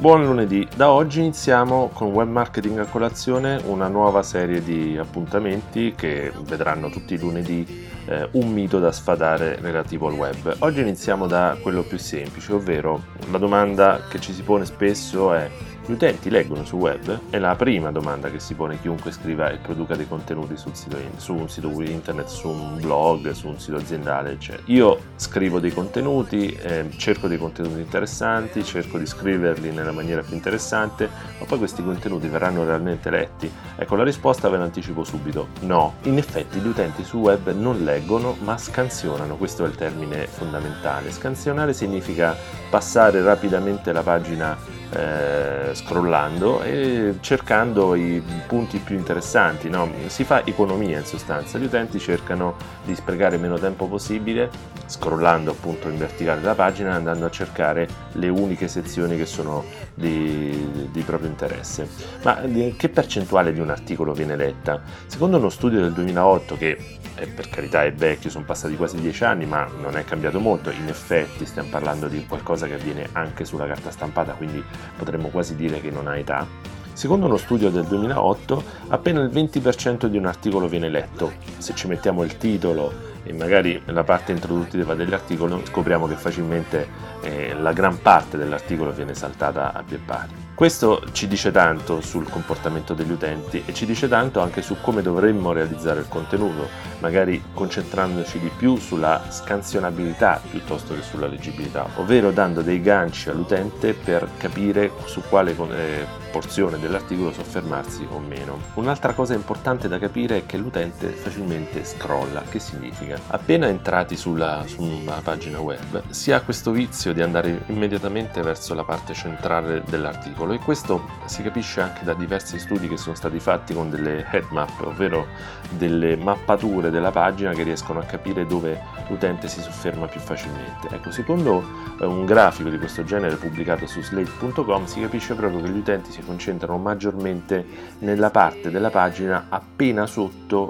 Buon lunedì, da oggi iniziamo con Web Marketing a Colazione, una nuova serie di appuntamenti che vedranno tutti i lunedì un mito da sfatare relativo al web. Oggi iniziamo da quello più semplice, ovvero la domanda che ci si pone spesso è: gli utenti leggono sul web? È la prima domanda che si pone chiunque scriva e produca dei contenuti su un sito internet, su un blog, su un sito aziendale, eccetera. Io scrivo dei contenuti, cerco dei contenuti interessanti, cerco di scriverli nella maniera più interessante, ma poi questi contenuti verranno realmente letti? Ecco, la risposta ve l'anticipo subito: no. In effetti gli utenti sul web non leggono, ma scansionano. Questo è il termine fondamentale. Scansionare significa passare rapidamente la pagina scrollando e cercando i punti più interessanti, no? Si fa economia in sostanza. Gli utenti cercano di sprecare meno tempo possibile scrollando appunto in verticale la pagina, andando a cercare le uniche sezioni che sono di proprio interesse. Ma che percentuale di un articolo viene letta? Secondo uno studio del 2008, che per carità è vecchio, sono passati quasi 10 anni, ma non è cambiato molto. In effetti stiamo parlando di qualcosa che avviene anche sulla carta stampata, quindi potremmo quasi dire che non ha età. Secondo uno studio del 2008, appena il 20% di un articolo viene letto. Se ci mettiamo il titolo e magari la parte introduttiva dell'articolo, scopriamo che facilmente la gran parte dell'articolo viene saltata a pie pari. Questo ci dice tanto sul comportamento degli utenti e ci dice tanto anche su come dovremmo realizzare il contenuto, magari concentrandoci di più sulla scansionabilità piuttosto che sulla leggibilità, ovvero dando dei ganci all'utente per capire su quale porzione dell'articolo soffermarsi o meno. Un'altra cosa importante da capire è che l'utente facilmente scrolla. Che significa? Appena entrati su una pagina web si ha questo vizio di andare immediatamente verso la parte centrale dell'articolo, e questo si capisce anche da diversi studi che sono stati fatti con delle headmap, ovvero delle mappature della pagina che riescono a capire dove l'utente si sofferma più facilmente. Ecco, secondo un grafico di questo genere pubblicato su slate.com si capisce proprio che gli utenti si concentrano maggiormente nella parte della pagina appena sotto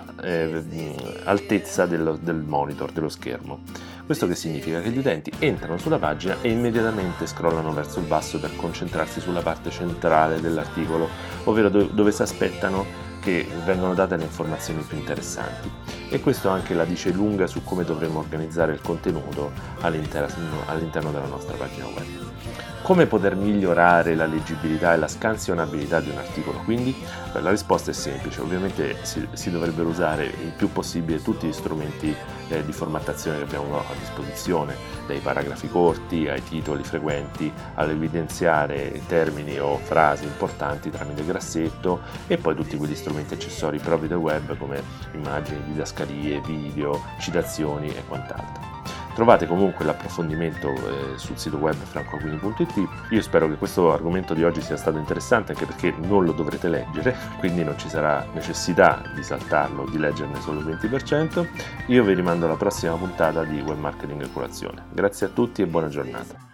l'altezza del monitor, dello schermo. Questo che significa? Che gli utenti entrano sulla pagina e immediatamente scrollano verso il basso per concentrarsi sulla parte centrale dell'articolo, ovvero dove si aspettano che vengano date le informazioni più interessanti. E questo anche la dice lunga su come dovremmo organizzare il contenuto all'interno della nostra pagina web. Come poter migliorare la leggibilità e la scansionabilità di un articolo? Quindi la risposta è semplice. Ovviamente si dovrebbero usare il più possibile tutti gli strumenti di formattazione che abbiamo a disposizione, dai paragrafi corti ai titoli frequenti, all'evidenziare termini o frasi importanti tramite grassetto, e poi tutti quegli strumenti accessori propri del web come immagini, didascalie, video, citazioni e quant'altro. Trovate comunque l'approfondimento sul sito web francoaquini.it. Io spero che questo argomento di oggi sia stato interessante, anche perché non lo dovrete leggere, quindi non ci sarà necessità di saltarlo, di leggerne solo il 20%. Io vi rimando alla prossima puntata di Web Marketing a Colazione. Grazie a tutti e buona giornata.